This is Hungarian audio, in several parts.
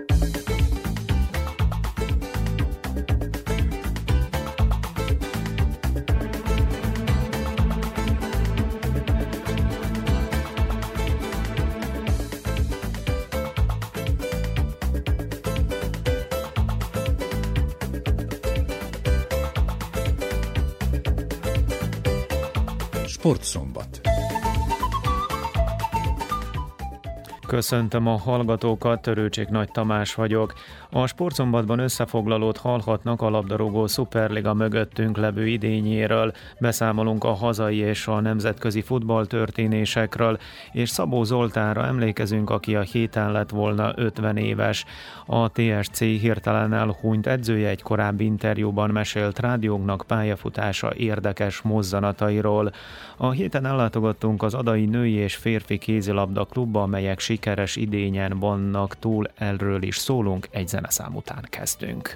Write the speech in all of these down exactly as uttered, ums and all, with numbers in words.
Sportszombat. Köszöntöm a hallgatókat, Törőcsik Nagy Tamás vagyok. A Sportszombatban összefoglalót hallhatnak a labdarúgó szuperliga mögöttünk levő idényéről, beszámolunk a hazai és a nemzetközi futballtörténésekről, és Szabó Zoltánra emlékezünk, aki a héten lett volna ötven éves. A té es cé hirtelen elhunyt edzője egy korábbi interjúban mesélt rádiónknak pályafutása érdekes mozzanatairól. A héten ellátogattunk az Adai Női és Férfi Kézilabda Klubba, amelyek sikeres idényen vannak túl, erről is szólunk, egy zeneszám után kezdünk.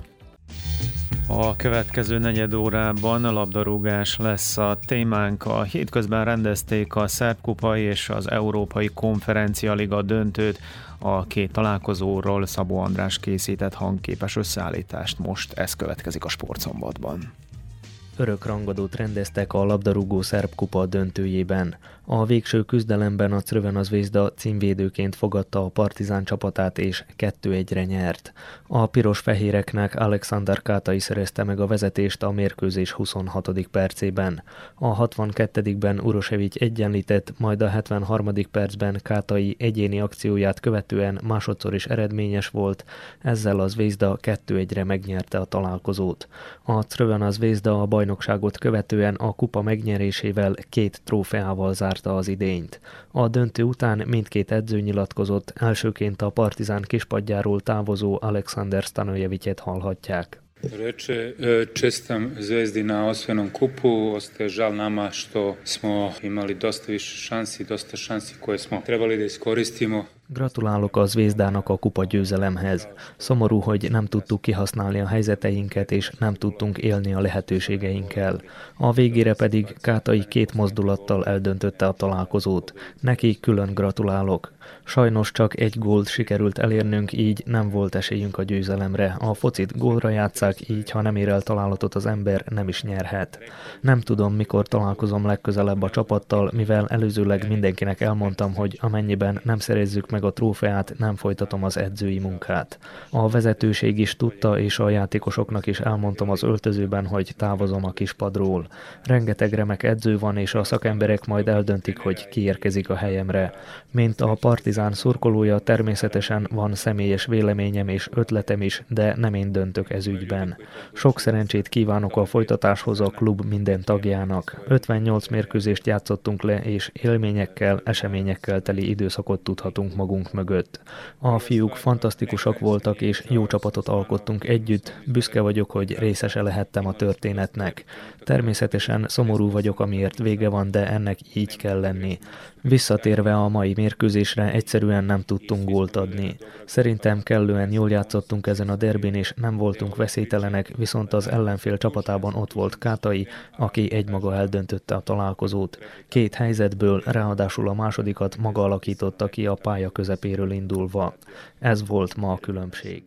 A következő negyed órában a labdarúgás lesz a témánk. A hétközben rendezték a Szerb Kupa és az Európai Konferencia Liga döntőt. A két találkozóról Szabó András készített hangképes összeállítást, most ez következik a Sportszombatban. Örökrangadót rendeztek a labdarúgó Szerb Kupa döntőjében. A végső küzdelemben a Crvena Zvezda címvédőként fogadta a Partizán csapatát és kettő egyre nyert. A piros-fehéreknek Alexander Kátai szerezte meg a vezetést a mérkőzés huszonhatodik percében. A hatvankettedikben Urosevic egyenlített, majd a hetvenharmadik percben Kátai egyéni akcióját követően másodszor is eredményes volt, ezzel a Zvezda kettő egyre megnyerte a találkozót. A Crvena Zvezda a bajnokságot követően a kupa megnyerésével két trófeával zárta az idényt. A döntő után mindkét edző nyilatkozott, elsőként a Partizán kispadjáról távozó Aleksandar Stanojevicet hallhatják. Reče, čestam Zvezdi na osvojenom kupu, ostaje žal nama što smo imali dosta više šansi, dosta šansi koje smo trebali da iskoristimo. Gratulálok a Zvezdának a kupa győzelemhez. Szomorú, hogy nem tudtuk kihasználni a helyzeteinket, és nem tudtunk élni a lehetőségeinkkel. A végére pedig Kátai két mozdulattal eldöntötte a találkozót. Neki külön gratulálok. Sajnos csak egy gólt sikerült elérnünk, így nem volt esélyünk a győzelemre. A focit gólra játsszák, így ha nem ér el találatot az ember, nem is nyerhet. Nem tudom, mikor találkozom legközelebb a csapattal, mivel előzőleg mindenkinek elmondtam, hogy amennyiben nem szerezzük meg a trófeát, nem folytatom az edzői munkát. A vezetőség is tudta, és a játékosoknak is elmondtam az öltözőben, hogy távozom a kispadról. Rengeteg remek edző van, és a szakemberek majd eldöntik, hogy ki érkezik a helyemre. Mint a Partizán szurkolója, természetesen van személyes véleményem és ötletem is, de nem én döntök ez ügyben. Sok szerencsét kívánok a folytatáshoz a klub minden tagjának. ötvennyolc mérkőzést játszottunk le, és élményekkel, eseményekkel teli időszakot tudhatunk magunk mögött. A fiúk fantasztikusak voltak, és jó csapatot alkottunk együtt. Büszke vagyok, hogy részese lehettem a történetnek. Természetesen szomorú vagyok, amiért vége van, de ennek így kell lenni. Visszatérve a mai mérkőzésre, egyszerűen nem tudtunk gólt adni. Szerintem kellően jól játszottunk ezen a derbin, és nem voltunk veszélytelenek, viszont az ellenfél csapatában ott volt Kátai, aki egymaga eldöntötte a találkozót. Két helyzetből, ráadásul a másodikat maga alakította ki a pálya közepéről indulva. Ez volt ma a különbség.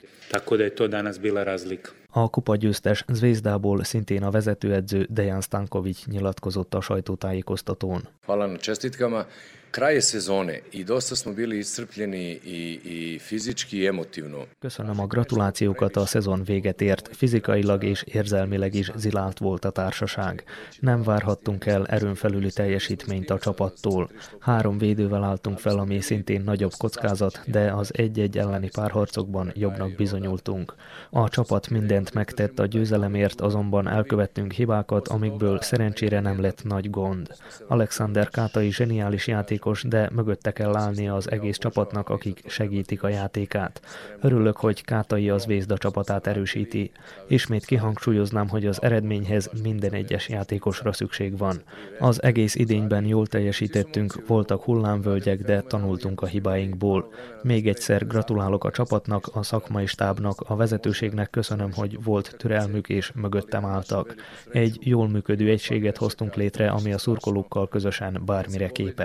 A kupagyőztes Zvezdából szintén a vezetőedző Dejan Stanković nyilatkozott a sajtótájékoztatón. Hvala na čestitkama. Kraj je sezone i dosta smo bili iscrpljeni i, i fizički i emotivno. Köszönöm a gratulációkat, a szezon véget ért. Fizikailag és érzelmileg is zilált volt a társaság. Nem várhattunk el erőn felüli teljesítményt a csapattól. Három védővel álltunk fel, ami szintén nagyobb kockázat, de az egy-egy elleni párharcokban jobbnak bizonyultunk. A csapat mindent megtett a győzelemért, azonban elkövettünk hibákat, amikből szerencsére nem lett nagy gond. Alexander Kátai zseniális játék, de mögötte kell állnia az egész csapatnak, akik segítik a játékát. Örülök, hogy Kátai az Zvezda csapatát erősíti. Ismét kihangsúlyoznám, hogy az eredményhez minden egyes játékosra szükség van. Az egész idényben jól teljesítettünk, voltak hullámvölgyek, de tanultunk a hibáinkból. Még egyszer gratulálok a csapatnak, a szakmai stábnak, a vezetőségnek köszönöm, hogy volt türelmük és mögöttem álltak. Egy jól működő egységet hoztunk létre, ami a szurkolókkal közösen bármire képes.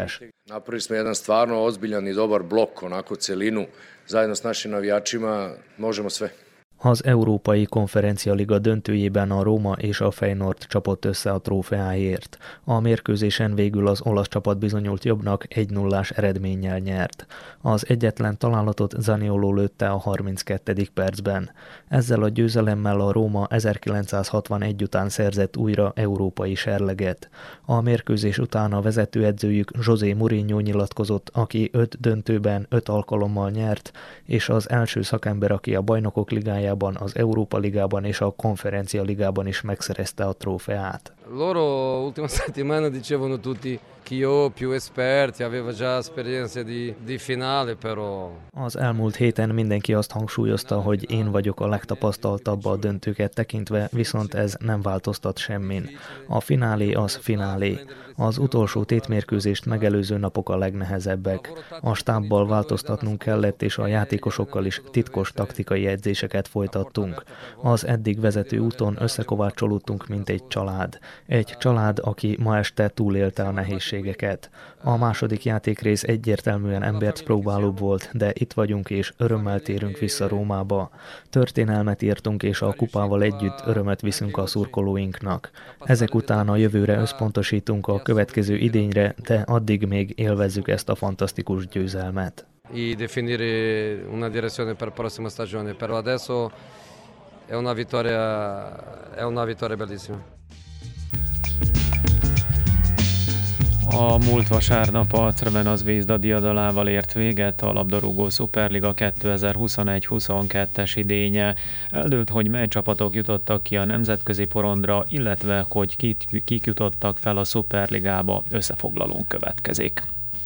Napravili smo jedan stvarno ozbiljan i dobar blok, onako celinu, zajedno s našim navijačima, možemo sve. Az Európai Konferencia Liga döntőjében a Róma és a Feyenoord csapott össze a trófeáért. A mérkőzésen végül az olasz csapat bizonyult jobbnak, egy nullás eredménnyel nyert. Az egyetlen találatot Zanioló lőtte a harminckettedik percben. Ezzel a győzelemmel a Róma ezerkilencszázhatvanegy után szerzett újra európai serleget. A mérkőzés után a vezetőedzőjük José Mourinho nyilatkozott, aki öt döntőben öt alkalommal nyert, és az első szakember, aki a Bajnokok Ligájában, az Európa Ligában és a Konferencia Ligában is megszerezte a trófeát. Loro ultima settimana dicevano tutti che io più esperti, aveva già esperienza di, di finale però. Az elmúlt héten mindenki azt hangsúlyozta, hogy én vagyok a legtapasztaltabb a döntőket tekintve, viszont ez nem változtat semmin. A finálé az finálé. Az utolsó tétmérkőzést megelőző napok a legnehezebbek. A stábbal változtatnunk kellett, és a játékosokkal is titkos taktikai edzéseket folytattunk. Az eddig vezető úton összekovácsolódtunk, mint egy család. Egy család, aki ma este túlélte a nehézségeket. A második játékrész egyértelműen embert próbálóbb volt, de itt vagyunk és örömmel térünk vissza Rómába. Történelmet írtunk, és a kupával együtt örömet viszünk a szurkolóinknak. Ezek után a jövőre összpontosítunk, a következő idényre, de addig még élvezzük ezt a fantasztikus győzelmet. E definire una direzione per la prossima stagione. Però adesso è una vittoria, è una vittoria bellissima. A múlt vasárnap a Crvena Zvezda diadalával ért véget a labdarúgó Szuperliga kétezer-huszonegy huszonkettes idénye. Eldőlt, hogy mely csapatok jutottak ki a nemzetközi porondra, illetve hogy kik jutottak fel a Szuperligába, összefoglalónk következik.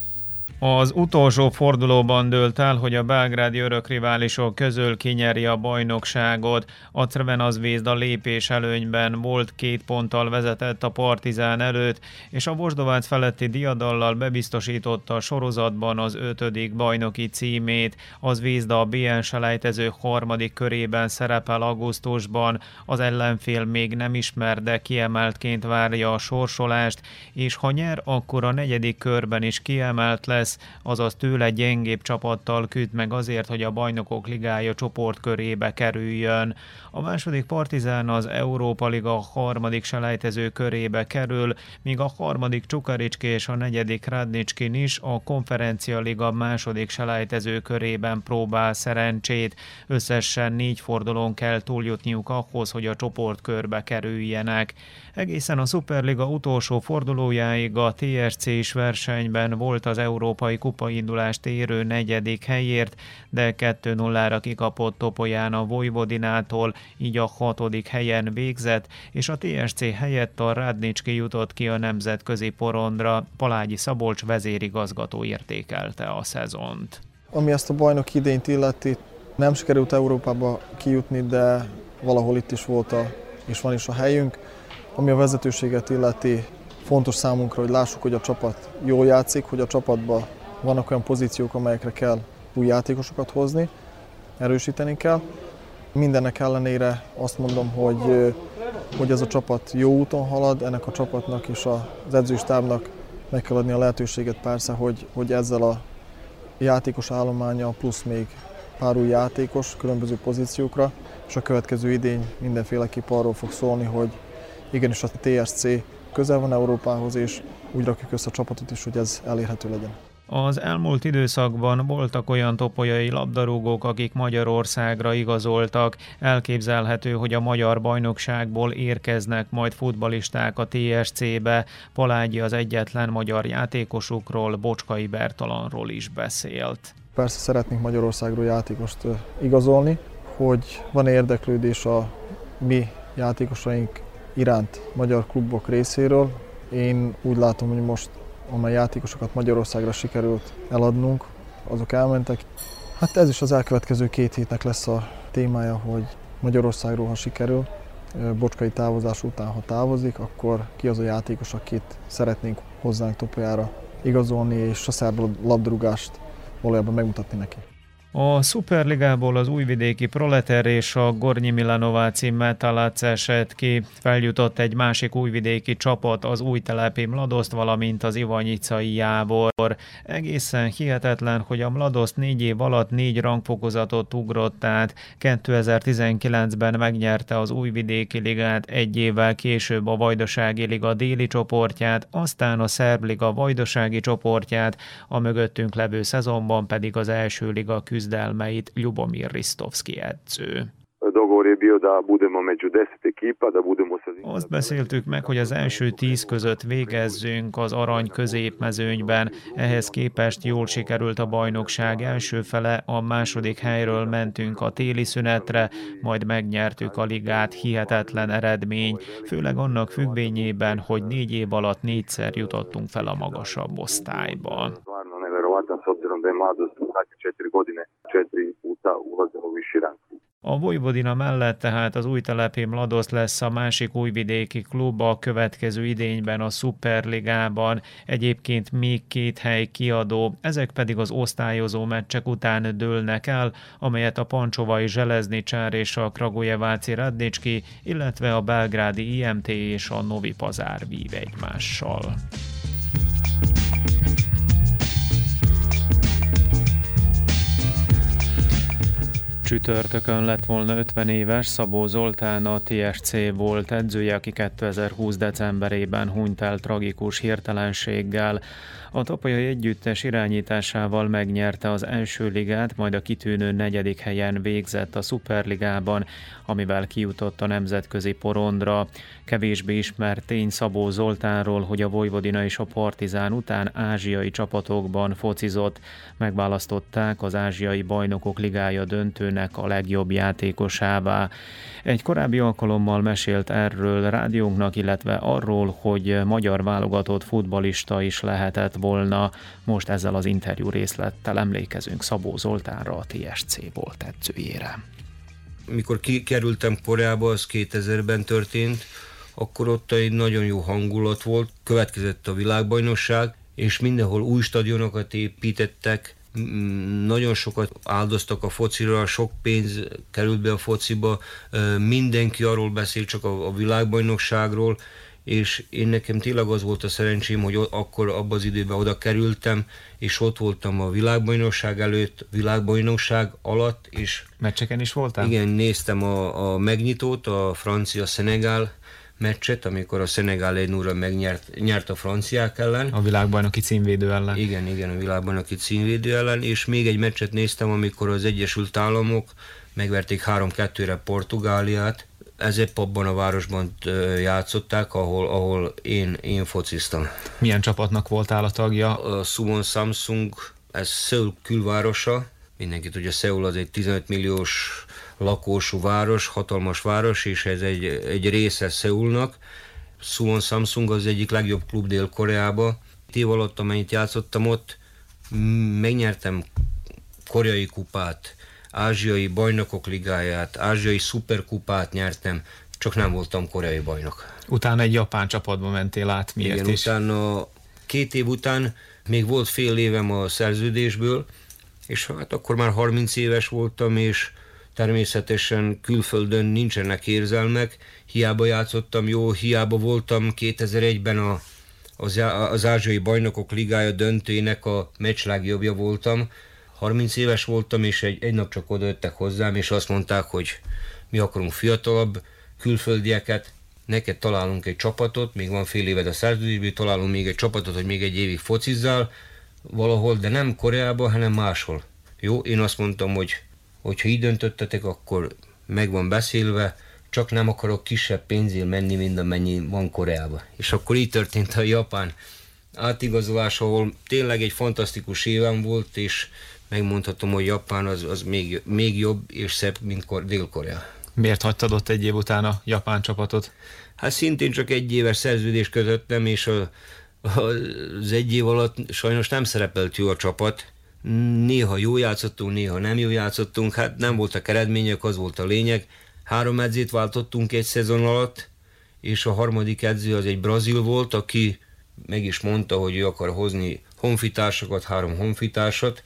Az utolsó fordulóban dőlt el, hogy a belgrádi örökriválisok közül kinyeri a bajnokságot. A Crvena Zvezda lépés előnyben volt, két ponttal vezetett a Partizán előtt, és a Vosdovác feletti diadallal bebiztosította a sorozatban az ötödik bajnoki címét. A Zvezda a bé en selejtező harmadik körében szerepel augusztusban, az ellenfél még nem ismer, de kiemeltként várja a sorsolást, és ha nyer, akkor a negyedik körben is kiemelt lesz, azaz tőle gyengébb csapattal küzd meg azért, hogy a Bajnokok Ligája csoportkörébe kerüljön. A második Partizán az Európa Liga harmadik selejtező körébe kerül, míg a harmadik Csukaricski és a negyedik Radničkin is a Konferencia Liga második selejtező körében próbál szerencsét. Összesen négy fordulón kell túljutniuk ahhoz, hogy a csoportkörbe kerüljenek. Egészen a Szuperliga utolsó fordulójáig a té es cé is versenyben volt az Európai Kupaindulást érő negyedik helyért, de kettő nullára kikapott Topolyán a Vojvodinától, így a hatodik helyen végzett, és a té es cé helyett a Radnički jutott ki a nemzetközi porondra. Palágyi Szabolcs vezérigazgató értékelte a szezont. Ami ezt a bajnok idényt illeti, nem sikerült Európába kijutni, de valahol itt is volt a, és van is a helyünk. Ami a vezetőséget illeti, fontos számunkra, hogy lássuk, hogy a csapat jól játszik, hogy a csapatban vannak olyan pozíciók, amelyekre kell új játékosokat hozni, erősíteni kell. Mindennek ellenére azt mondom, hogy, hogy ez a csapat jó úton halad, ennek a csapatnak és az edzőstábnak meg kell adni a lehetőséget persze, hogy, hogy ezzel a játékos állománya plusz még pár új játékos különböző pozíciókra, és a következő idény mindenféleképp arról fog szólni, hogy igenis a té es cé közel van Európához, és úgy rakjuk össze a csapatot is, hogy ez elérhető legyen. Az elmúlt időszakban voltak olyan topolyai labdarúgók, akik Magyarországra igazoltak. Elképzelhető, hogy a magyar bajnokságból érkeznek majd futballisták a té es cébe. Palágyi az egyetlen magyar játékosukról, Bocskai Bertalanról is beszélt. Persze szeretnénk Magyarországról játékost igazolni, hogy van érdeklődés a mi játékosaink iránt magyar klubok részéről. Én úgy látom, hogy most amely játékosokat Magyarországra sikerült eladnunk, azok elmentek. Hát ez is az elkövetkező két hétnek lesz a témája, hogy Magyarországról, ha sikerül, Bocskai távozás után, ha távozik, akkor ki az a játékos, akit szeretnénk hozzánk Topolyára igazolni, és a szerb labdarúgást valójában megmutatni neki. A Szuperligából az újvidéki Proleter és a Gornyi Milanováci Metalac esett ki. Feljutott egy másik újvidéki csapat, az Újtelepi Mladoszt, valamint az Ivanyicai Jábor. Egészen hihetetlen, hogy a Mladoszt négy év alatt négy rangfokozatot ugrott át. kétezer-tizenkilencben megnyerte az újvidéki ligát, egy évvel később a Vajdasági Liga déli csoportját, aztán a Szerb Liga vajdasági csoportját, a mögöttünk levő szezonban pedig az első liga küzdelmeit Ljubomir Ristovski edző. Azt beszéltük meg, hogy az első tíz között végezzünk az arany középmezőnyben. Ehhez képest jól sikerült a bajnokság első fele, a második helyről mentünk a téli szünetre, majd megnyertük a ligát, hihetetlen eredmény, főleg annak függvényében, hogy négy év alatt négyszer jutottunk fel a magasabb osztályba. A Vojvodina mellett tehát az Újtelepi Mladoszt lesz a másik újvidéki klub a következő idényben a Szuperligában, egyébként még két hely kiadó, ezek pedig az osztályozó meccsek után dőlnek el, amelyet a Pancsovai Zseleznicsár és a Kragujeváci Radnicski, illetve a belgrádi i em té és a Novi Pazár vív egymással. Csütörtökön lett volna ötven éves Szabó Zoltán, a té es cé volt edzője, aki kétezer-húsz decemberében hunyt el tragikus hirtelenséggel. A Topolyai együttes irányításával megnyerte az első ligát, majd a kitűnő negyedik helyen végzett a Szuperligában, amivel kijutott a nemzetközi porondra. Kevésbé ismert tény Szabó Zoltánról, hogy a Vojvodina és a Partizán után ázsiai csapatokban focizott. Megválasztották az Ázsiai Bajnokok Ligája döntőnek a legjobb játékosává. Egy korábbi alkalommal mesélt erről rádiónknak, illetve arról, hogy magyar válogatott futballista is lehetett volna. Most ezzel az interjú részlettel emlékezünk Szabó Zoltánra, a té es cé volt edzőjére. Mikor kikerültem Koreába, az kétezerben történt, akkor ott egy nagyon jó hangulat volt, következett a világbajnokság, és mindenhol új stadionokat építettek, nagyon sokat áldoztak a focira, sok pénz került be a fociba, mindenki arról beszél, csak a világbajnokságról, és én nekem tényleg az volt a szerencsém, hogy akkor abban az időben oda kerültem, és ott voltam a világbajnokság előtt, világbajnokság alatt, és... Meccseken is voltál? Igen, néztem a, a megnyitót, a Francia-Szenegál meccset, amikor a Szenegál egy nulla megnyert nyert a franciák ellen. A világbajnoki címvédő ellen. Igen, igen, a világbajnoki címvédő ellen, és még egy meccset néztem, amikor az Egyesült Államok megverték három kettőre Portugáliát. Ezért abban a városban játszották, ahol, ahol én, én fociztam. Milyen csapatnak voltál a tagja? A Suwon Samsung, ez Szöul külvárosa. Mindenki tudja, Szöul az egy tizenöt milliós lakósú város, hatalmas város, és ez egy, egy része Szöulnak. Suwon Samsung az egyik legjobb klub Dél-Koreába. Év alatt, amennyit játszottam ott, megnyertem koreai kupát, ázsiai bajnokok ligáját, ázsiai szuperkupát nyertem, csak nem voltam koreai bajnok. Utána egy japán csapatba mentél át, miért Igen, is? utána két év után még volt fél évem a szerződésből, és hát akkor már harminc éves voltam, és természetesen külföldön nincsenek érzelmek, hiába játszottam jó, hiába voltam kétezer-egyben a, az, az ázsiai bajnokok ligája döntőjének a meccs legjobbja voltam. harminc éves voltam, és egy, egy nap csak odajöttek hozzám, és azt mondták, hogy mi akarunk fiatalabb külföldieket, neked találunk egy csapatot, még van fél éved a szerződésből, találunk még egy csapatot, hogy még egy évig focizzál valahol, de nem Koreában, hanem máshol. Jó, én azt mondtam, hogy hogyha így döntöttetek, akkor meg van beszélve, csak nem akarok kisebb pénzért menni, mint amennyi van Koreában. És akkor így történt a japán átigazolás, ahol tényleg egy fantasztikus évem volt, és megmondhatom, hogy Japán az, az még, még jobb és szebb, mint Dél-Korea. Miért hagytad ott egy év után a japán csapatot? Hát szintén csak egy éves szerződés kötöttem, és a, a, az egy év alatt sajnos nem szerepelt jó a csapat. Néha jó játszottunk, néha nem jó játszottunk, hát nem voltak eredmények, az volt a lényeg. Három edzőt váltottunk egy szezon alatt, és a harmadik edző az egy brazil volt, aki meg is mondta, hogy ő akar hozni honfitársakat, három honfitársat,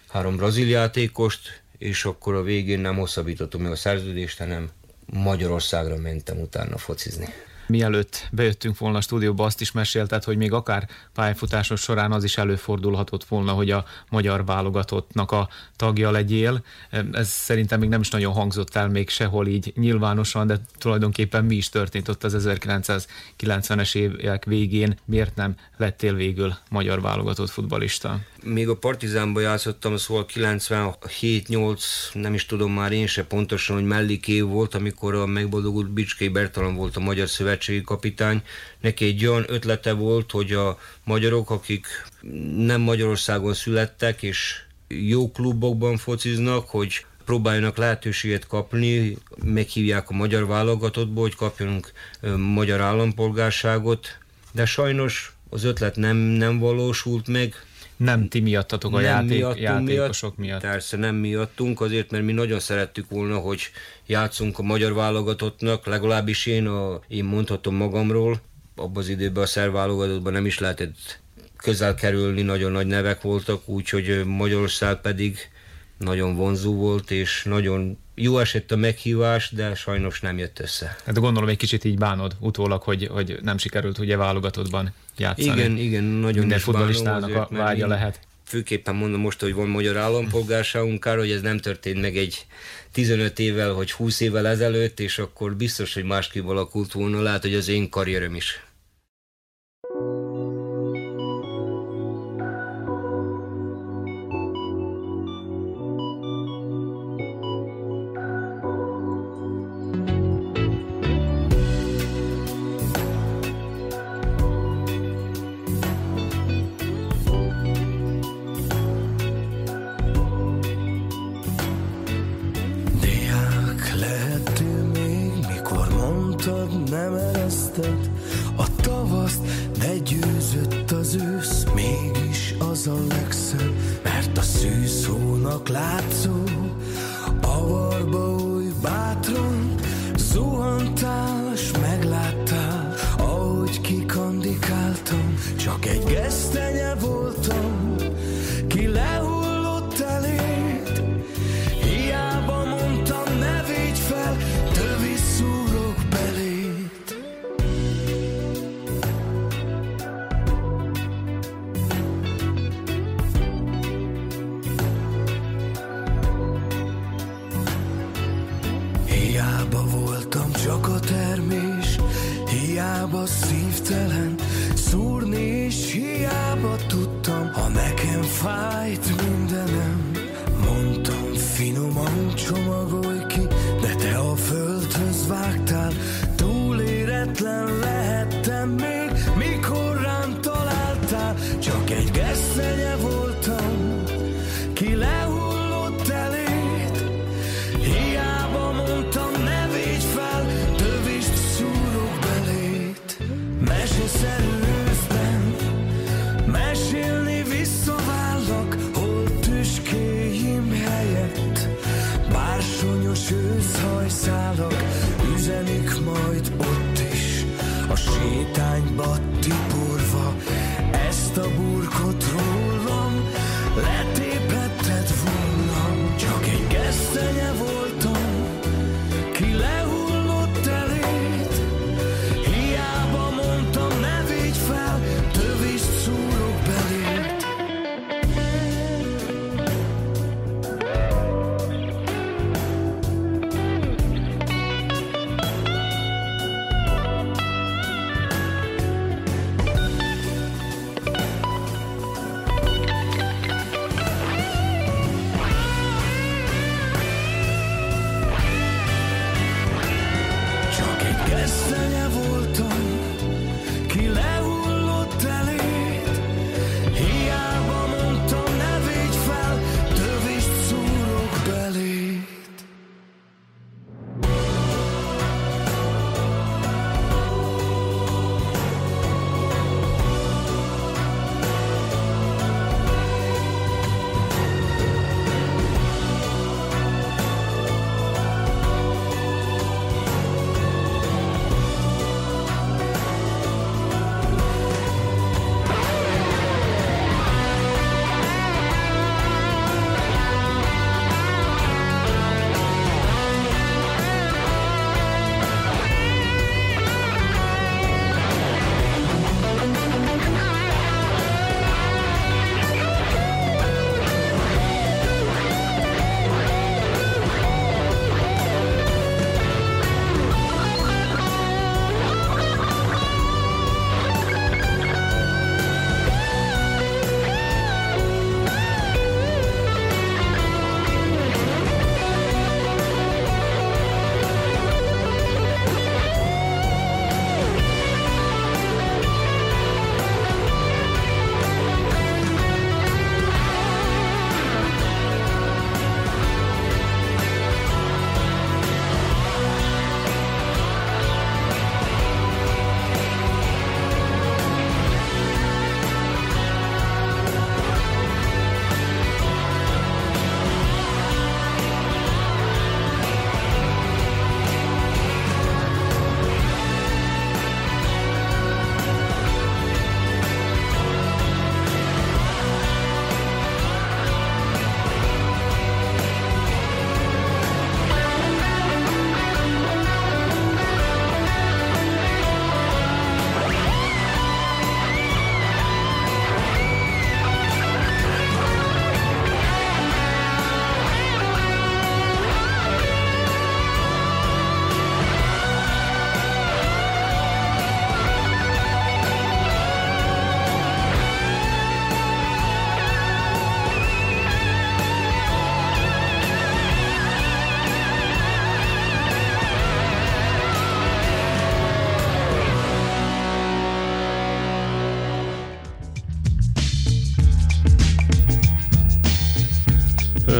három brazil játékost, és akkor a végén nem hosszabbítottam meg a szerződést, hanem Magyarországra mentem utána focizni. Mielőtt bejöttünk volna a stúdióba, azt is mesélted, hogy még akár pályafutásod során az is előfordulhatott volna, hogy a magyar válogatottnak a tagja legyél. Ez szerintem még nem is nagyon hangzott el még sehol így nyilvánosan, de tulajdonképpen mi is történt ott az ezerkilencszázkilencvenes évek végén? Miért nem lettél végül magyar válogatott futballista? Még a Partizánban játszottam, szóval kilencvenhét nyolc, nem is tudom már én se pontosan, hogy mellék év volt, amikor a megboldogult Bicskei Bertalan volt a magyar szövetségi kapitány. Neki egy olyan ötlete volt, hogy a magyarok, akik nem Magyarországon születtek, és jó klubokban fociznak, hogy próbáljanak lehetőséget kapni, meghívják a magyar válogatottból, hogy kapjunk magyar állampolgárságot, de sajnos az ötlet nem, nem valósult meg. Nem ti miattatok a játék, játékosok miatt, miatt. Persze nem miattunk, azért, mert mi nagyon szerettük volna, hogy játszunk a magyar válogatottnak, legalábbis én, a, én mondhatom magamról, abban az időben a szerb válogatottban nem is lehetett közel kerülni, nagyon nagy nevek voltak, úgyhogy Magyarország pedig nagyon vonzó volt, és nagyon jó esett a meghívás, de sajnos nem jött össze. Hát gondolom egy kicsit így bánod utólag, hogy, hogy nem sikerült ugye válogatottban játszani. Igen, igen, nagyon minden is futballistának a vágya lehet. Főképpen mondom most, hogy van magyar állampolgárságunk, kár, hogy ez nem történt meg egy tizenöt évvel, vagy húsz évvel ezelőtt, és akkor biztos, hogy másképp alakult volna, lehet, hogy az én karrierem is. Nem ereszted a tavaszt, de győzött az ősz, mégis az a legszebb, mert a szűzhónak látszó avarba új bátran zuhantál, s megláttál, ahogy kikandikáltam, csak egy gesztenye voltam, ki lehullott eléd, hiába mondtam, ne védj fel, tövi szúrok belé. Hiába voltam csak a termés, hiába szívtelen szúrni, és hiába tudtam, ha nekem fájt mindenem. Mondtam, finoman csomagolj ki, de te a földhöz vágtál, túléretlen lehettem még, mikor rám találtál. Csak egy gesztenye voltam, ki lehullott eléd, hiába mondtam, ne védj fel, tövist szúrok belét. Meseszerű őszben mesélni visszavállak, hol tüskéim helyett bársonyos őszhajszálak üzenik majd ott is, a sétányba tiporva ezt a burkot rólam letéphetted volna. Csak egy gesztenye voltam, ki lehullott eléd, hiába mondtam, ne védj fel, tövist szúrok belét.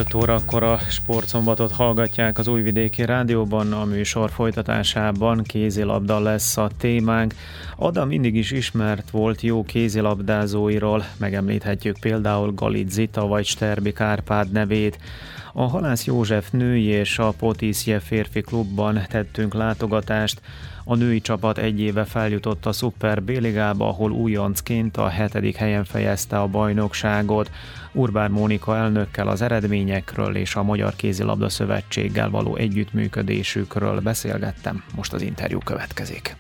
öt órakor a Sportszombatot hallgatják az Újvidéki Rádióban, a műsor folytatásában kézilabda lesz a témánk. Ada mindig is ismert volt jó kézilabdázóiról, megemlíthetjük például Galit Zita vagy Sterbi Árpád nevét. A Halász József női és a Potiszje férfi klubban tettünk látogatást. A női csapat egy éve feljutott a Szuper B-ligába, ahol újoncként a hetedik helyen fejezte a bajnokságot. Urbán Mónika elnökkel az eredményekről és a Magyar Kézilabda Szövetséggel való együttműködésükről beszélgettem, most az interjú következik.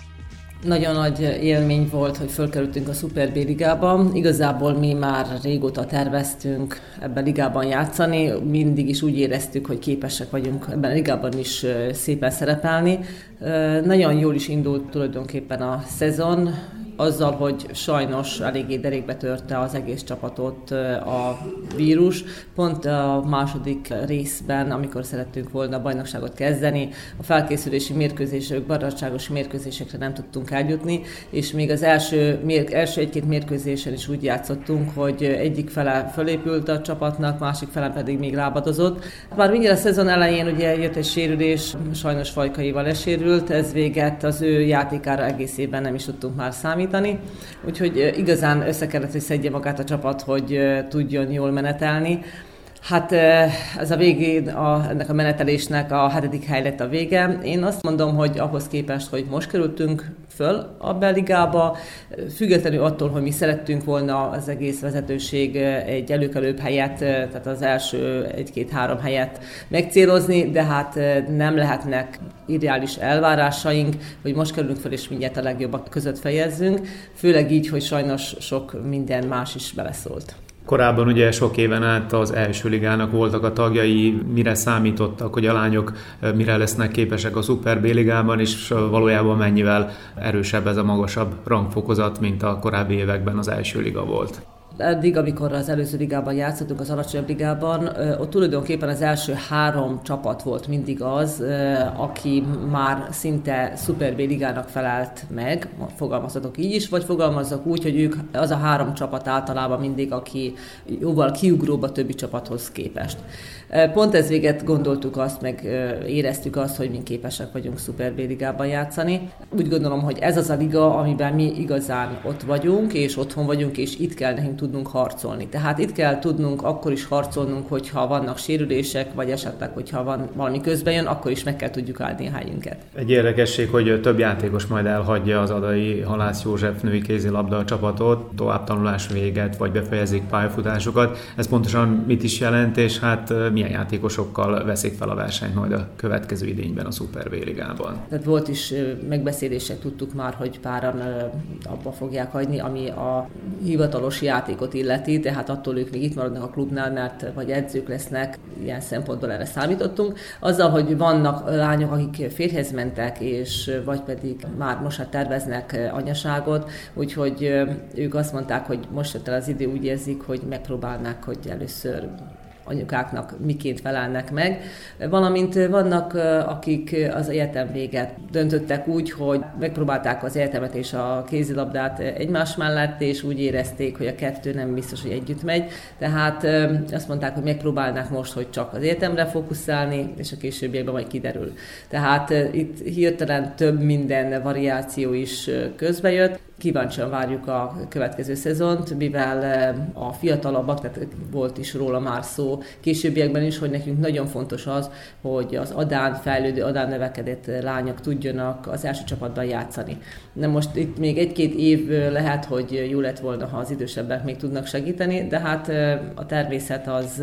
Nagyon nagy élmény volt, hogy fölkerültünk a Szuper B-ligába. Igazából mi már régóta terveztünk ebben a ligában játszani, mindig is úgy éreztük, hogy képesek vagyunk ebben a ligában is szépen szerepelni. Nagyon jól is indult tulajdonképpen a szezon, azzal, hogy sajnos eléggé derékbe törte az egész csapatot a vírus. Pont a második részben, amikor szerettünk volna a bajnokságot kezdeni, a felkészülési mérkőzések, barátságos mérkőzésekre nem tudtunk eljutni, és még az első, első egy-két mérkőzésen is úgy játszottunk, hogy egyik fele fölépült a csapatnak, másik fele pedig még lábadozott. Már mindjárt a szezon elején ugye jött egy sérülés, sajnos Fajkaival lesérült, ez véget az ő játékára egész évben nem is tudtunk már számítani. Úgyhogy igazán össze kellett, hogy szedje magát a csapat, hogy tudjon jól menetelni. Hát ez a végén a, ennek a menetelésnek a hetedik hely lett a vége. Én azt mondom, hogy ahhoz képest, hogy most kerültünk föl a B-ligába, függetlenül attól, hogy mi szerettünk volna az egész vezetőség egy előkelőbb helyet, tehát az első egy-két-három helyet megcélozni, de hát nem lehetnek ideális elvárásaink, hogy most kerülünk föl és mindjárt a legjobbak között fejezzünk, főleg így, hogy sajnos sok minden más is beleszólt. Korábban ugye sok éven át az első ligának voltak a tagjai, mire számítottak, hogy a lányok mire lesznek képesek a Szuper B-ligában, és valójában mennyivel erősebb ez a magasabb rangfokozat, mint a korábbi években az első liga volt. Eddig, amikor az előző ligában játszottunk, az alacsonyabb ligában, ott tulajdonképpen az első három csapat volt mindig az, aki már szinte Szuper B-ligának felelt meg, fogalmazhatok így is, vagy fogalmazzak úgy, hogy ők az a három csapat általában mindig, aki jóval kiugróbb a többi csapathoz képest. Pont ez véget gondoltuk azt, meg éreztük azt, hogy mi képesek vagyunk Szuper B-ligában játszani. Úgy gondolom, hogy ez az a liga, amiben mi igazán ott vagyunk, és otthon vagyunk, és itt kell nekünk tudnunk harcolni. Tehát itt kell tudnunk akkor is harcolnunk, hogyha vannak sérülések, vagy esetleg, hogyha van valami közben jön, akkor is meg kell tudjuk állni a helyünket. Egy érdekesség, hogy több játékos majd elhagyja az adai Halász József női kézilabda csapatot, továbbtanulás véget, vagy befejezik pályafutásukat. Ez pontosan mit is jelent, és hát milyen játékosokkal veszik fel a versenyt majd a következő idényben a Szuper B-ligában? Tehát volt is megbeszélések, tudtuk már, hogy páran abba fogják hagyni, ami a hivatalos játékot illeti, tehát attól ők még itt maradnak a klubnál, mert vagy edzők lesznek, ilyen szempontból erre számítottunk. Azzal, hogy vannak lányok, akik férjhez mentek, és vagy pedig már most hát terveznek anyaságot, úgyhogy ők azt mondták, hogy most jött el az idő, úgy érzik, hogy megpróbálnák, hogy először anyukáknak miként felelnek meg. Valamint vannak, akik az egyetem véget döntöttek úgy, hogy megpróbálták az egyetemet és a kézilabdát egymás mellett, és úgy érezték, hogy a kettő nem biztos, hogy együtt megy. Tehát azt mondták, hogy megpróbálnák most, hogy csak az egyetemre fókuszálni, és a későbbiekben majd kiderül. Tehát itt hirtelen több minden variáció is közbejött. Kíváncsian várjuk a következő szezont, mivel a fiatalabbak, tehát volt is róla már szó későbbiekben is, hogy nekünk nagyon fontos az, hogy az Adán fejlődő, Adán növekedett lányok tudjanak az első csapatban játszani. Na most itt még egy-két év lehet, hogy jó lett volna, ha az idősebbek még tudnak segíteni, de hát a természet az,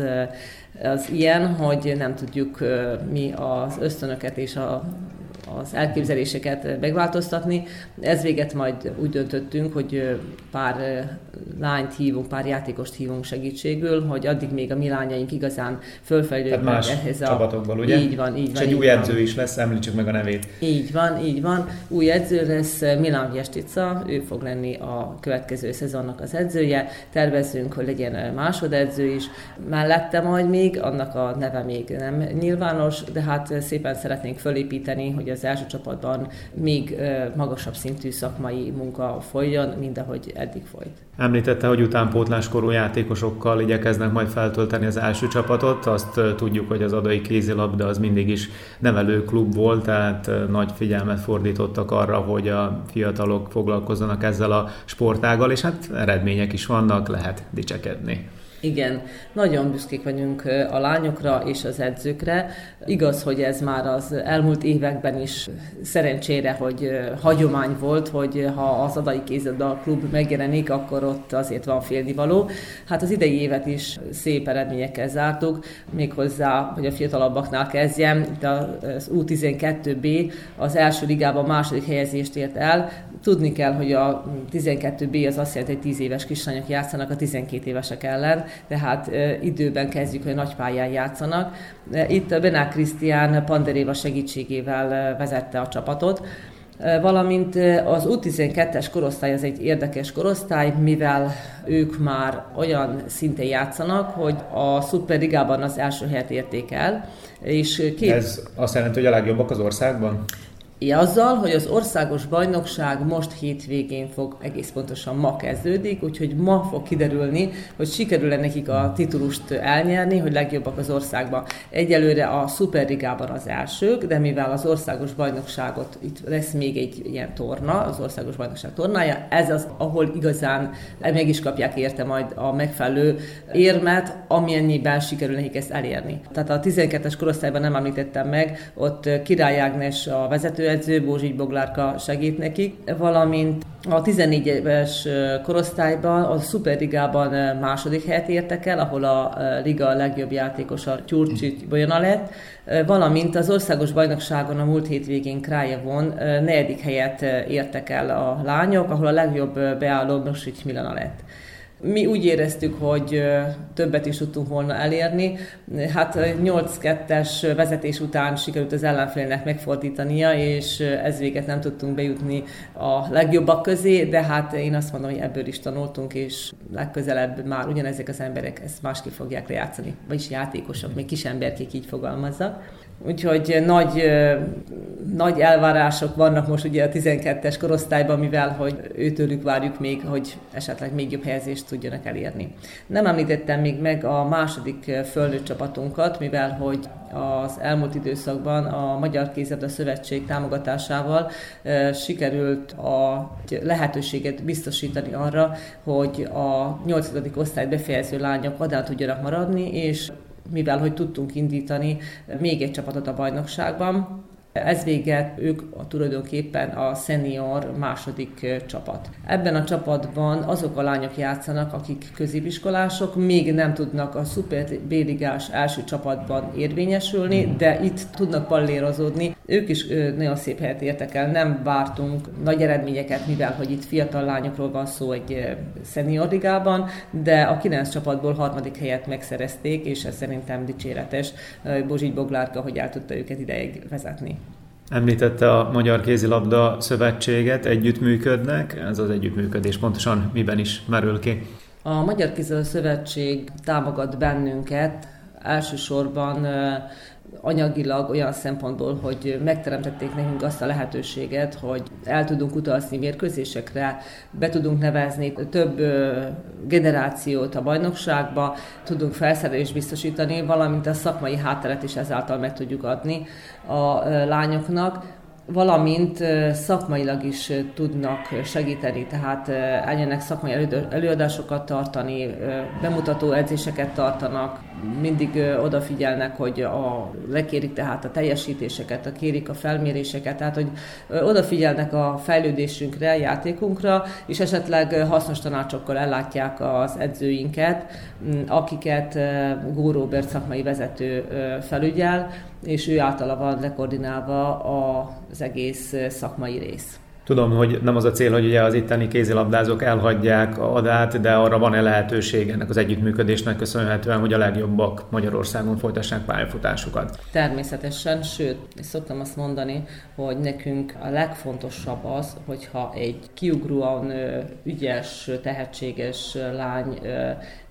az ilyen, hogy nem tudjuk mi az ösztönöket és a az elképzeléseket megváltoztatni. Ez véget majd úgy döntöttünk, hogy pár lányt hívunk, pár játékost hívunk segítségül, hogy addig még a mi lányaink igazán fölfejlődnek más ehhez a... csapatokból, ugye? Így van, így és van. egy új van. edző is lesz, említsük meg a nevét. Így van, így van. Új edző lesz, Milan Viestica, ő fog lenni a következő szezonnak az edzője. Tervezzünk, hogy legyen másodedző is. Mellette majd még, annak a neve még nem nyilvános, de hát szépen szeretnénk fölépíteni, hogy az első csapatban még magasabb szintű szakmai munka folyjon, mint ahogy eddig folyt. Említette, hogy utánpótláskorú játékosokkal igyekeznek majd feltölteni az első csapatot. Azt tudjuk, hogy az Adai Kézilabda az mindig is nevelőklub volt, tehát nagy figyelmet fordítottak arra, hogy a fiatalok foglalkozzanak ezzel a sportággal, és hát eredmények is vannak, lehet dicsekedni. Igen, nagyon büszkék vagyunk a lányokra és az edzőkre. Igaz, hogy ez már az elmúlt években is szerencsére, hogy hagyomány volt, hogy ha az Adai Kézilabda klub megjelenik, akkor ott azért van félnivaló. Hát az idei évet is szép eredményekkel zártuk, méghozzá, hogy a fiatalabbaknál kezdjem, az U tizenkettő B az első ligában második helyezést ért el. Tudni kell, hogy a tizenkettő B az azt jelenti, hogy tíz éves kislányok játszanak a tizenkét évesek ellen, tehát e, időben kezdjük, hogy nagy pályán játszanak. E, itt Benák Krisztián Panderéva segítségével vezette a csapatot, e, valamint az U tizenkettes korosztály az egy érdekes korosztály, mivel ők már olyan szinten játszanak, hogy a Szuperligában az első helyet érték el. És két... Ez azt jelenti, hogy a legjobbak az országban? Azzal, hogy az országos bajnokság most hétvégén fog, egész pontosan ma kezdődik, úgyhogy ma fog kiderülni, hogy sikerül-e nekik a titulust elnyerni, hogy legjobbak az országban. Egyelőre a Szuperligában az elsők, de mivel az országos bajnokságot, itt lesz még egy ilyen torna, az országos bajnokság tornája, ez az, ahol igazán meg is kapják érte majd a megfelelő érmet, amennyiben sikerül nekik ezt elérni. Tehát a tizenkettes korosztályban nem említettem meg, ott Király Ágnes a vezető edző, Bózsik Boglárka segít nekik, valamint a tizennégy éves korosztályban, a Szuperligában második helyet értek el, ahol a liga legjobb játékosa Gyurcsics Bolyana lett, valamint az országos bajnokságon a múlt hétvégén Krajevon negyedik helyet értek el a lányok, ahol a legjobb beálló Mosics Milana lett. Mi úgy éreztük, hogy többet is tudtunk volna elérni. Hát nyolc kettes vezetés után sikerült az ellenfélnek megfordítania, és ez véget nem tudtunk bejutni a legjobbak közé, de hát én azt mondom, hogy ebből is tanultunk, és legközelebb már ugyanezek az emberek ezt másképp fogják lejátszani, vagyis játékosok, még kis emberkék, így fogalmazzak. Úgyhogy nagy, nagy elvárások vannak most ugye a tizenkettes korosztályban, mivel hogy őtőlük várjuk még, hogy esetleg még jobb helyezést tudjanak elérni. Nem említettem még meg a második fölnőtt csapatunkat, mivel hogy az elmúlt időszakban a Magyar Kézilabda Szövetség támogatásával sikerült a lehetőséget biztosítani arra, hogy a nyolcadik osztályt befejező lányok adán tudjanak maradni, és mivel hogy tudtunk indítani még egy csapatot a bajnokságban. Ez véget ők a, tulajdonképpen a senior második csapat. Ebben a csapatban azok a lányok játszanak, akik középiskolások, még nem tudnak a szuper B-ligás első csapatban érvényesülni, de itt tudnak pallérozódni. Ők is nagyon szép helyet értek el, nem vártunk nagy eredményeket, mivel hogy itt fiatal lányokról van szó egy senior ligában, de a kilenc csapatból harmadik helyet megszerezték, és ez szerintem dicséretes Bózsik Boglárka, hogy el tudta őket ideig vezetni. Említette a Magyar Kézilabda Szövetséget, együttműködnek, ez az együttműködés pontosan miben is merül ki? A Magyar Kézilabda Szövetség támogat bennünket elsősorban anyagilag olyan szempontból, hogy megteremtették nekünk azt a lehetőséget, hogy el tudunk utazni mérkőzésekre, be tudunk nevezni több generációt a bajnokságba, tudunk felszerelést biztosítani, valamint a szakmai hátteret is ezáltal meg tudjuk adni a lányoknak, valamint szakmailag is tudnak segíteni, tehát eljönnek szakmai előadásokat tartani, bemutató edzéseket tartanak, mindig odafigyelnek, hogy a, lekérik tehát a teljesítéseket, kérik a felméréseket, tehát hogy odafigyelnek a fejlődésünkre, játékunkra, és esetleg hasznos tanácsokkal ellátják az edzőinket, akiket Gó Róbert szakmai vezető felügyel, és ő általa van lekoordinálva az egész szakmai rész. Tudom, hogy nem az a cél, hogy ugye az itteni kézilabdázók elhagyják a Adát, de arra van-e lehetőség ennek az együttműködésnek köszönhetően, hogy a legjobbak Magyarországon folytassák pályafutásukat? Természetesen, sőt, és szoktam azt mondani, hogy nekünk a legfontosabb az, hogyha egy kiugróan ügyes, tehetséges lány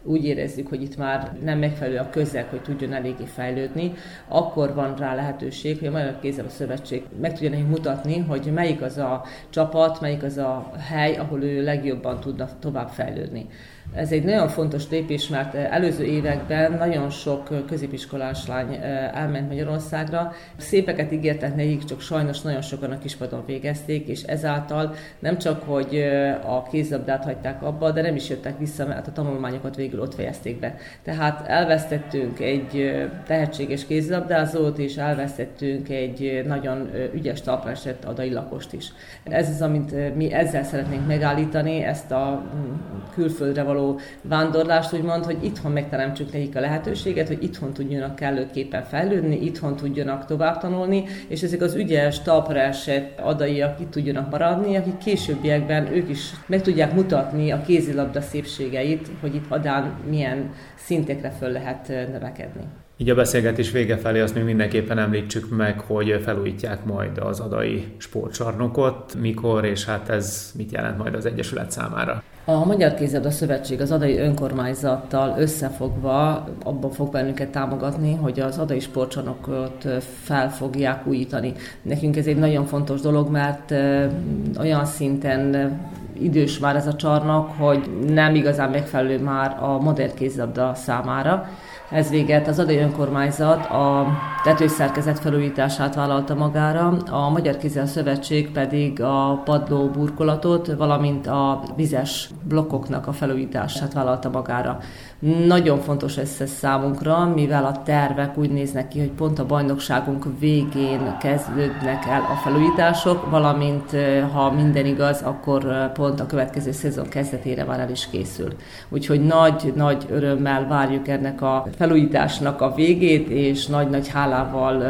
úgy érezzük, hogy itt már nem megfelelő a közeg, hogy tudjon eléggé fejlődni, akkor van rá lehetőség, hogy a Magyar Kézilabda Szövetség meg tudja nekik mutatni, hogy melyik az a csapat, melyik az a hely, ahol ő legjobban tudna tovább fejlődni. Ez egy nagyon fontos lépés, mert előző években nagyon sok középiskolás lány elment Magyarországra. Szépeket ígértek nekik, csak sajnos nagyon sokan a kispadon végezték, és ezáltal nem csak, hogy a kézilabdát hagyták abba, de nem is jöttek vissza, mert a tanulmányokat végül ott fejezték be. Tehát elvesztettünk egy tehetséges kézilabdázót, és elvesztettünk egy nagyon ügyes talpraesett adai lakost is. Ez az, amit mi ezzel szeretnénk megállítani, ezt a külföldre való vándorlást, úgymond, hogy itthon megteremtsük nekik a lehetőséget, hogy itthon tudjanak kellőképpen fejlődni, itthon tudjanak tovább tanulni, és ezek az ügyes, talpra esett adaiak itt tudjanak maradni, akik későbbiekben ők is meg tudják mutatni a kézilabda szépségeit, hogy itt Adán milyen szintekre föl lehet növekedni. Így a beszélgetés vége felé azt még mindenképpen említsük meg, hogy felújítják majd az adai sportcsarnokot, mikor, és hát ez mit jelent majd az Egyesület számára? A Magyar Kézilabda Szövetség az adai önkormányzattal összefogva abban fog bennünket támogatni, hogy az adai sportcsarnokot fel fogják újítani. Nekünk ez egy nagyon fontos dolog, mert olyan szinten idős már ez a csarnok, hogy nem igazán megfelelő már a modern kézilabda számára. Ez véget az adai önkormányzat a tetőszerkezet felújítását vállalta magára, a Magyar Kézilabda Szövetség pedig a padló burkolatot, valamint a vizes blokkoknak a felújítását vállalta magára. Nagyon fontos ez számunkra, mivel a tervek úgy néznek ki, hogy pont a bajnokságunk végén kezdődnek el a felújítások, valamint ha minden igaz, akkor pont a következő szezon kezdetére már el is készül. Úgyhogy nagy-nagy örömmel várjuk ennek a felújításnak a végét, és nagy-nagy hálával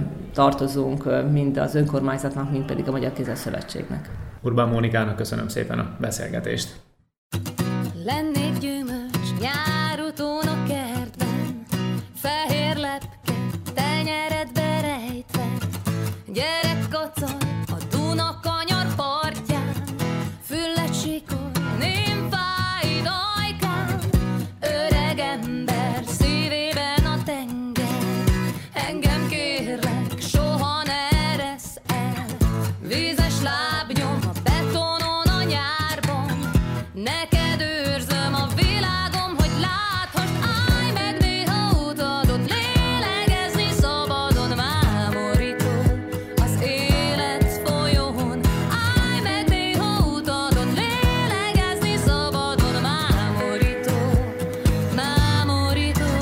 tartozunk mind az önkormányzatnak, mind pedig a Magyar Kézilabda Szövetségnek. Urbán Mónikának köszönöm szépen a beszélgetést. Lennék gyümölcs nyárutón a kertben, fehér lepke tenyeredbe rejtve, gyerek kacag a Duna kanyar partján, füllet sikor, nymfái dajkán, öreg ember szívében a tenger, engem kérlek, soha ne eresz el, vízes lábnyom a betonon a nyárban, neked őrzöm a világom, hogy láthast, állj meg néha utadon, lélegezni szabadon, mámorító az élet folyón, állj meg néha utadon, lélegezni szabadon, mámorító, mámorító.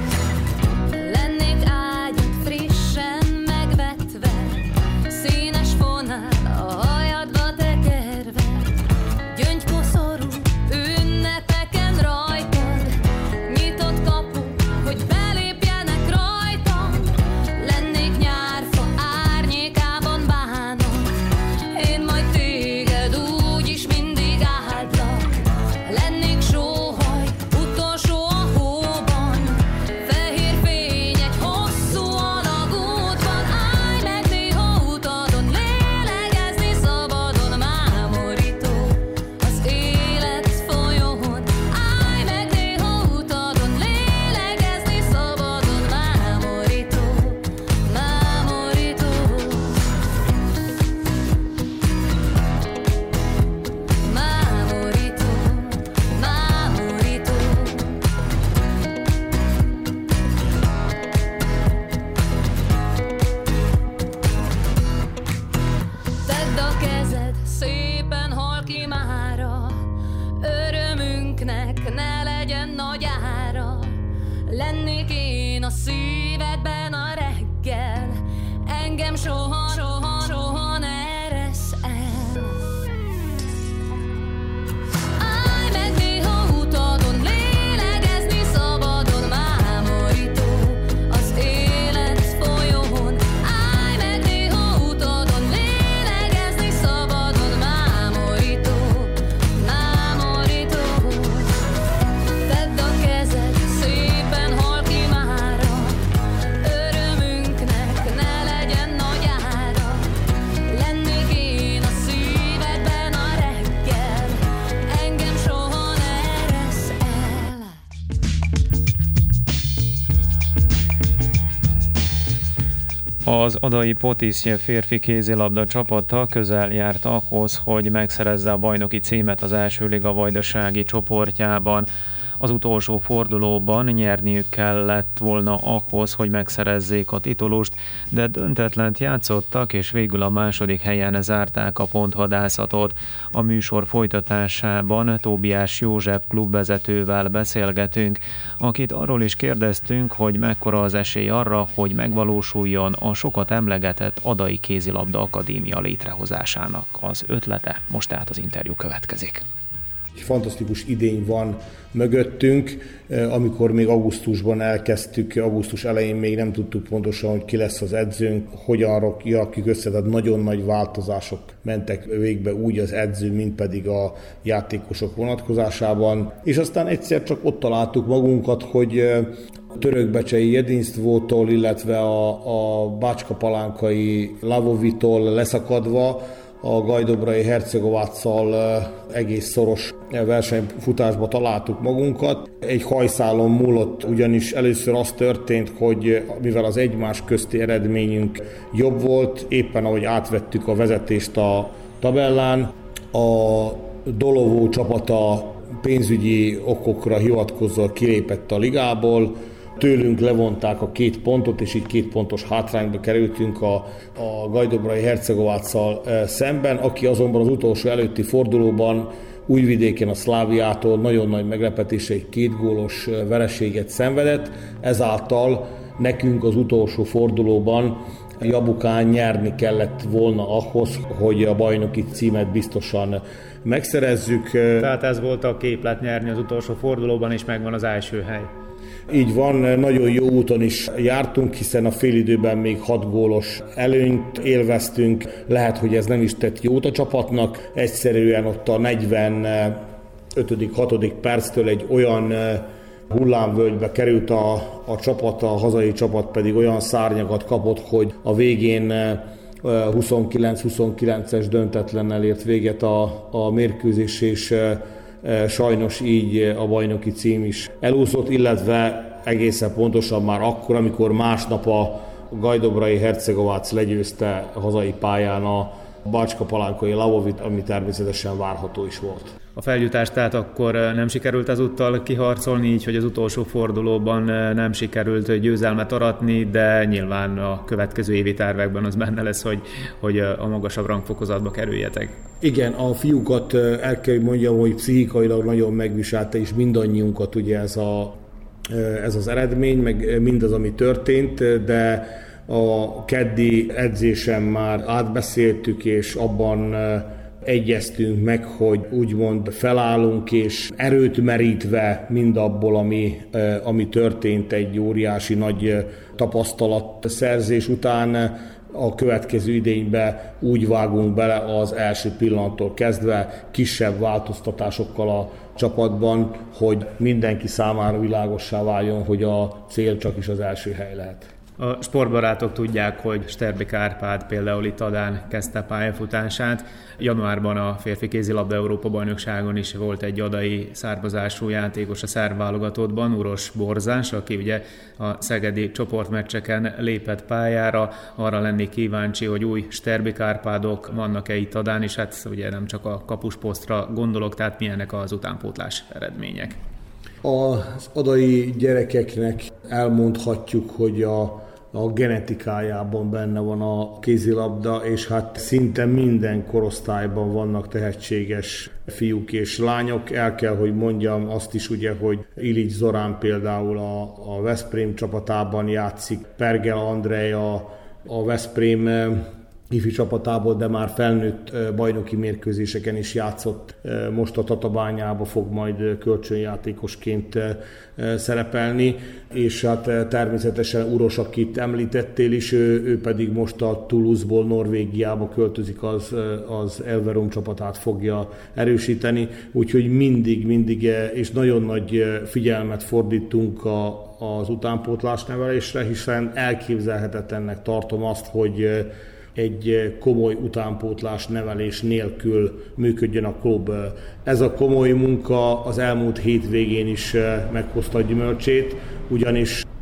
Lennék ágyat frissen megvetve, színes fonál a hajadba tekerve, gyöngykoszorú ünnepeken rajtad, nyitott kapu, hogy belépjenek rajtam, lennék nyárfa árnyékában bánom, én majd téged úgyis mindig áldlak, lennék sóhaj, utolsó a hóban, fehér fény egy hosszú alagútban, állj meg néha utadon, lélegezni szabadon, mámorító az élet folyón, állj meg néha utadon, lélegezni szabadon, mámorító, mámorító, mámorító, mámorító. Tedd a kezed, szépen halki mára, örömünknek ne legyen nagy ára, lennék én a szívedben a reggel, engem soha, soha, soha ne eresz el. Állj meg néha utadon, lélegezni szabadon, mámorító az élet folyón, állj meg néha utadon, lélegezni szabadon, mámorító, mámorító. Tedd a kezed, szépen halki mára, örömünknek ne legyen nagy ára, Az adai Potiszje férfi kézilabda csapata közel járt ahhoz, hogy megszerezze a bajnoki címet az első liga vajdasági csoportjában. Az utolsó fordulóban nyerniük kellett volna ahhoz, hogy megszerezzék a titulust, de döntetlent játszottak, és végül a második helyen zárták a ponthadászatot. A műsor folytatásában Tóbiás József klubvezetővel beszélgetünk, akit arról is kérdeztünk, hogy mekkora az esély arra, hogy megvalósuljon a sokat emlegetett Adai Kézilabda Akadémia létrehozásának az ötlete. Most tehát az interjú következik. Egy fantasztikus idény van mögöttünk, amikor még augusztusban elkezdtük, augusztus elején még nem tudtuk pontosan, hogy ki lesz az edzőnk, hogyan rakjuk össze, tehát nagyon nagy változások mentek végbe úgy az edző, mint pedig a játékosok vonatkozásában. És aztán egyszer csak ott találtuk magunkat, hogy Törökbecsei Jedinsztvótól, illetve a, a bácskapalánkai Lavovitól leszakadva a Gajdobrai Hercegováccal egész szoros versenyfutásba találtuk magunkat. Egy hajszálon múlott, ugyanis először az történt, hogy mivel az egymás közti eredményünk jobb volt, éppen ahogy átvettük a vezetést a tabellán, a Dolovó csapata pénzügyi okokra hivatkozva kilépett a ligából, tőlünk levonták a két pontot, és így két pontos hátrányba kerültünk a, a Gajdobrai Hercegováccal szemben, aki azonban az utolsó előtti fordulóban Újvidéken a Szláviától nagyon nagy meglepetése egy két gólos vereséget szenvedett, ezáltal nekünk az utolsó fordulóban Jabukán nyerni kellett volna ahhoz, hogy a bajnoki címet biztosan megszerezzük. Tehát ez volt a képlet, nyerni az utolsó fordulóban, és megvan az első hely. Így van, nagyon jó úton is jártunk, hiszen a félidőben még hat gólos előnyt élveztünk. Lehet, hogy ez nem is tett jót a csapatnak. Egyszerűen ott a negyvenötödik hatodik perctől egy olyan hullámvölgybe került a, a csapat, a hazai csapat pedig olyan szárnyakat kapott, hogy a végén huszonkilenc huszonkilences döntetlennel ért véget a, a mérkőzés, és sajnos így a bajnoki cím is elúszott, illetve egészen pontosan már akkor, amikor másnap a Gajdobrai Hercegovác legyőzte a hazai pályán a bácskapalánkai Lavovit, ami természetesen várható is volt. A feljutást tehát akkor nem sikerült ezúttal kiharcolni, így hogy az utolsó fordulóban nem sikerült győzelmet aratni, de nyilván a következő évi tervekben az benne lesz, hogy, hogy a magasabb rangfokozatba kerüljetek. Igen, a fiúkat el kell mondjam, hogy pszichikailag nagyon megviselte, és mindannyiunkat ugye ez, a, ez az eredmény, meg mindaz, ami történt, de a keddi edzésen már átbeszéltük, és abban egyeztünk meg, hogy úgymond felállunk, és erőt merítve mindabból, ami, ami történt egy óriási nagy tapasztalatszerzés után, a következő idénybe úgy vágunk bele az első pillanattól kezdve, kisebb változtatásokkal a csapatban, hogy mindenki számára világossá váljon, hogy a cél csak is az első hely lehet. A sportbarátok tudják, hogy Sterbik Árpád például itt Adán kezdte pályafutását. Januárban a férfi kézilabda Európa-bajnokságon is volt egy adai származású játékos a szerb válogatottban, Uros Borzás, aki ugye a szegedi csoportmeccseken lépett pályára. Arra lennék kíváncsi, hogy új Sterbik Árpádok vannak-e itt Adán, és hát ugye nem csak a kapusposztra gondolok, tehát milyenek az utánpótlás eredmények. Az adai gyerekeknek elmondhatjuk, hogy a, a genetikájában benne van a kézilabda, és hát szinte minden korosztályban vannak tehetséges fiúk és lányok. El kell, hogy mondjam azt is ugye, hogy Ilics Zorán például a, a Veszprém csapatában játszik, Pergel Andrej a, a Veszprém ifi csapatából, de már felnőtt bajnoki mérkőzéseken is játszott. Most a Tatabányába fog majd kölcsönjátékosként szerepelni, és hát természetesen Uros, akit említettél is, ő, ő pedig most a Toulouse-ból Norvégiába költözik, az, az Elverum csapatát fogja erősíteni, úgyhogy mindig, mindig, és nagyon nagy figyelmet fordítunk a, az utánpótlás nevelésre, hiszen elképzelhetetlennek tartom azt, hogy egy komoly utánpótlás nevelés nélkül működjön a klub. Ez a komoly munka az elmúlt hétvégén is meghozta a gyümölcsét, ugyanis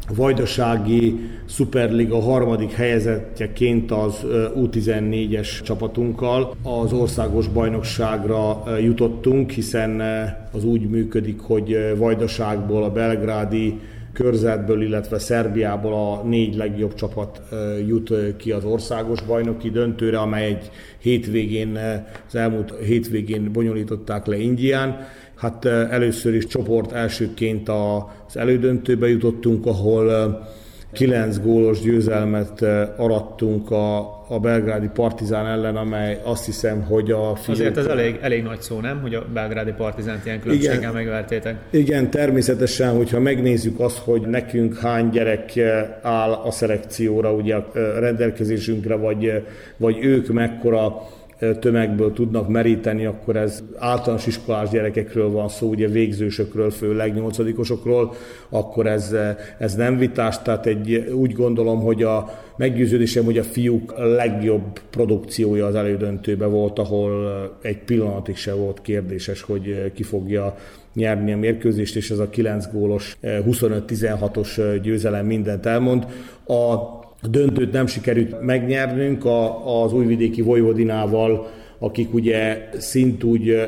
Vajdasági Szuperliga harmadik helyezettjeként az U tizennégyes csapatunkkal az országos bajnokságra jutottunk, hiszen az úgy működik, hogy Vajdaságból, a belgrádi körzetből, illetve Szerbiából a négy legjobb csapat jut ki az országos bajnoki döntőre, amely egy hétvégén, az elmúlt hétvégén bonyolították le Indián. Hát először is csoport elsőként az elődöntőbe jutottunk, ahol kilenc gólos győzelmet arattunk a, a belgrádi Partizán ellen, amely azt hiszem, hogy a fiúk... Azért ez elég, elég nagy szó, nem? Hogy a belgrádi Partizánt ilyen különbséggel megvertétek. Igen, természetesen, hogyha megnézzük azt, hogy nekünk hány gyerek áll a szelekcióra, ugye a rendelkezésünkre, vagy, vagy ők mekkora tömegből tudnak meríteni, akkor ez általános iskolás gyerekekről van szó, ugye végzősökről, főleg nyolcadikosokról, akkor ez, ez nem vitás, tehát egy, úgy gondolom, hogy a meggyőződésem, hogy a fiúk legjobb produkciója az elődöntőben volt, ahol egy pillanatig se volt kérdéses, hogy ki fogja nyerni a mérkőzést, és ez a kilenc gólos, huszonöt tizenhatos győzelem mindent elmond. A A döntőt nem sikerült megnyernünk az újvidéki Vojvodinával, akik ugye szintúgy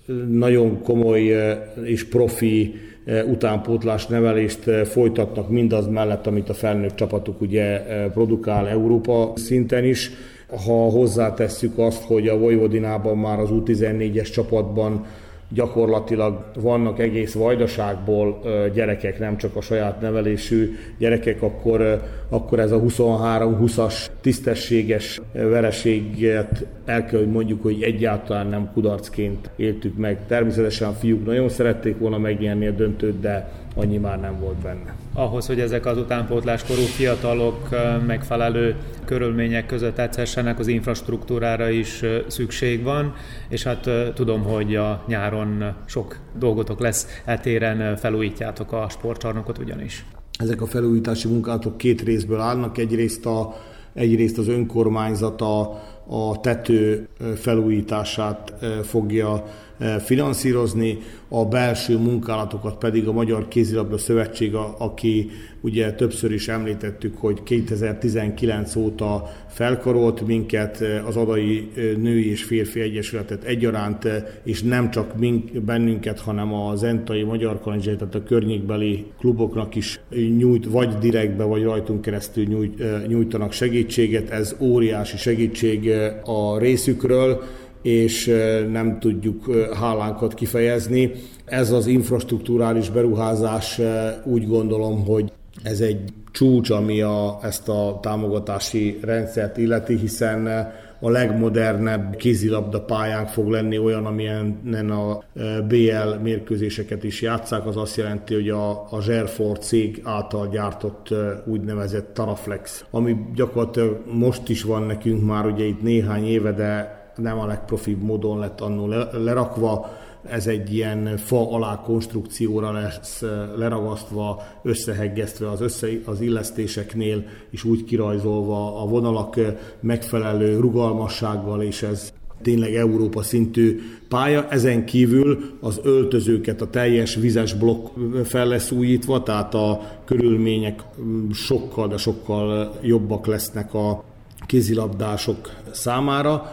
nagyon komoly és profi utánpótlás nevelést folytatnak mindaz mellett, amit a felnőtt csapatuk ugye produkál Európa szinten is. Ha hozzátesszük azt, hogy a Vojvodinában már az U tizennégyes csapatban gyakorlatilag vannak egész Vajdaságból gyerekek, nem csak a saját nevelésű gyerekek, akkor, akkor ez a huszonhárom húszas tisztességes vereséget el kell, hogy mondjuk, hogy egyáltalán nem kudarcként éltük meg. Természetesen a fiúk nagyon szerették volna megnyerni a döntőt, de annyi már nem volt benne. Ahhoz, hogy ezek az utánpótláskorú fiatalok megfelelő körülmények között tetszessenek, az infrastruktúrára is szükség van, és hát tudom, hogy a nyáron sok dolgotok lesz eltéren, felújítjátok a sportcsarnokot ugyanis. Ezek a felújítási munkálatok két részből állnak, egyrészt, a, egyrészt az önkormányzat a, a tető felújítását fogja finanszírozni, a belső munkálatokat pedig a Magyar Kézilabda Szövetség, aki ugye többször is említettük, hogy kétezer-tizenkilenc óta felkarolt minket, az Adai Női és Férfi Egyesületet egyaránt, és nem csak mink, bennünket, hanem a zentai Magyar Kanizsai, tehát a környékbeli kluboknak is nyújt, vagy direktbe, vagy rajtunk keresztül nyújt, nyújtanak segítséget. Ez óriási segítség a részükről, és nem tudjuk hálánkat kifejezni. Ez az infrastrukturális beruházás, úgy gondolom, hogy ez egy csúcs, ami a, ezt a támogatási rendszert illeti, hiszen a legmodernebb kézilabda pályánk fog lenni, olyan, amilyen a bé el mérkőzéseket is játsszák. Az azt jelenti, hogy a, a Zserfor cég által gyártott úgynevezett Taraflex, ami gyakorlatilag most is van nekünk már ugye itt néhány éve, de nem a legprofibb módon lett annól lerakva. Ez egy ilyen fa alá konstrukcióra lesz leragasztva, összeheggesztve az, össze, az illesztéseknél, és úgy kirajzolva a vonalak megfelelő rugalmassággal, és ez tényleg Európa szintű pálya. Ezen kívül az öltözőket, a teljes vizes blokk fel lesz újítva, tehát a körülmények sokkal, de sokkal jobbak lesznek a kézilabdások számára,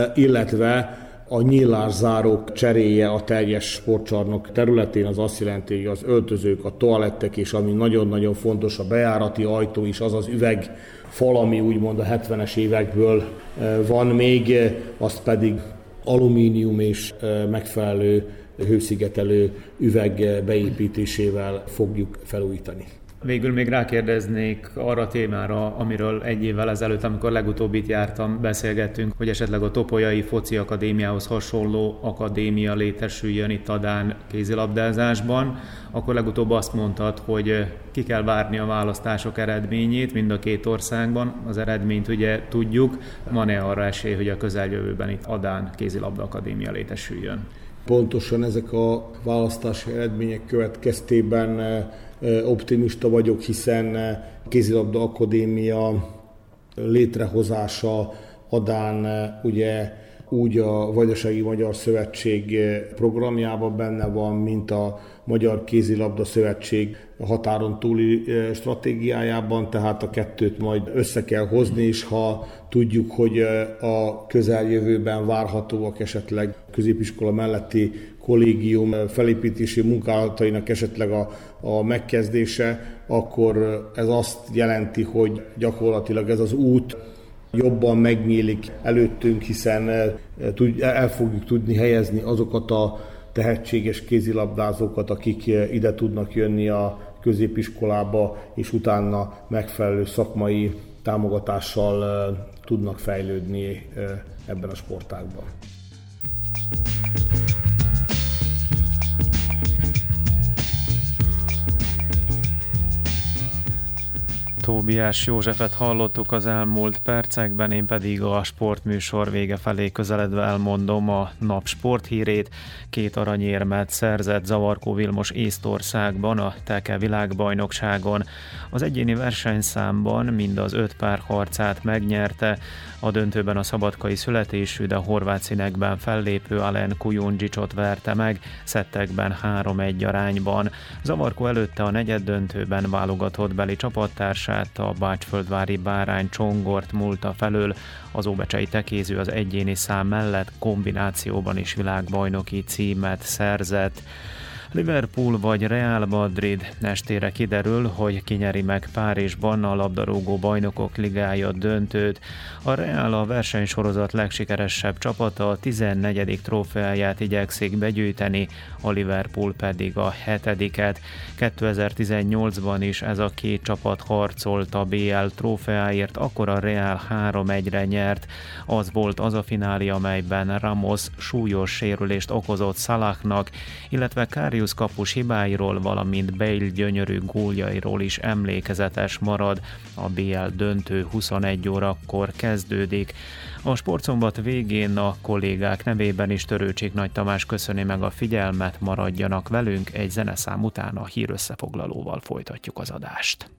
illetve a nyílászárók cseréje a teljes sportcsarnok területén, az azt jelenti, hogy az öltözők, a toalettek, és ami nagyon-nagyon fontos, a bejárati ajtó is, az az üvegfal, ami úgymond a hetvenes évekből van még, azt pedig alumínium és megfelelő hőszigetelő üveg beépítésével fogjuk felújítani. Végül még rákérdeznék arra a témára, amiről egy évvel ezelőtt, amikor legutóbb itt jártam, beszélgettünk, hogy esetleg a Topolyai Foci Akadémiához hasonló akadémia létesüljön itt Adán kézilabdázásban. Akkor legutóbb azt mondtad, hogy ki kell várni a választások eredményét mind a két országban. Az eredményt ugye tudjuk. Van-e arra esély, hogy a közeljövőben itt Adán kézilabda akadémia létesüljön? Pontosan ezek a választási eredmények következtében optimista vagyok, hiszen a kézilabda akadémia létrehozása Adán ugye úgy a Vajdasági Magyar Szövetség programjában benne van, mint a Magyar Kézilabda Szövetség határon túli stratégiájában, tehát a kettőt majd össze kell hozni, és ha tudjuk, hogy a közeljövőben várhatóak esetleg középiskola melletti kollégium felépítési munkálatainak esetleg a, a megkezdése, akkor ez azt jelenti, hogy gyakorlatilag ez az út jobban megnyílik előttünk, hiszen el fogjuk tudni helyezni azokat a tehetséges kézilabdázókat, akik ide tudnak jönni a középiskolába, és utána megfelelő szakmai támogatással tudnak fejlődni ebben a sportágban. Tóbiás Józsefet hallottuk az elmúlt percekben, én pedig a sportműsor vége felé közeledve elmondom a nap sporthírét. Két aranyérmet szerzett Zavarkó Vilmos Észtországban a Teke világbajnokságon. Az egyéni versenyszámban mind az öt párharcát megnyerte, a döntőben a szabadkai születésű, de horvát színekben fellépő Alen Kujundžičot verte meg, szettekben három egy arányban. Zavarkó előtte a negyeddöntőben válogatott beli csapattársát, a bácsföldvári Bárány Csongort múlta felől, az óbecsei tekéző az egyéni szám mellett kombinációban is világbajnoki címet szerzett. Liverpool vagy Real Madrid, estére kiderül, hogy kinyeri meg Párizsban a labdarúgó bajnokok ligája döntőt. A Real a versenysorozat legsikeresebb csapata, a tizennegyedik trófeáját igyekszik begyűjteni, a Liverpool pedig a hetediket. kétezer-tizennyolcban is ez a két csapat harcolt a bé el trófeáért, akkor a Real három egyre nyert. Az volt az a finálé, amelyben Ramos súlyos sérülést okozott Salahnak, illetve Karius kapus hibáiról, valamint Bale gyönyörű góljairól is emlékezetes marad. A bé el döntő huszonegy órakor kezdődik. A Sportszombat végén a kollégák nevében is Törőcsik Nagy Tamás köszöni meg a figyelmet, maradjanak velünk, egy zeneszám után a hírösszefoglalóval folytatjuk az adást.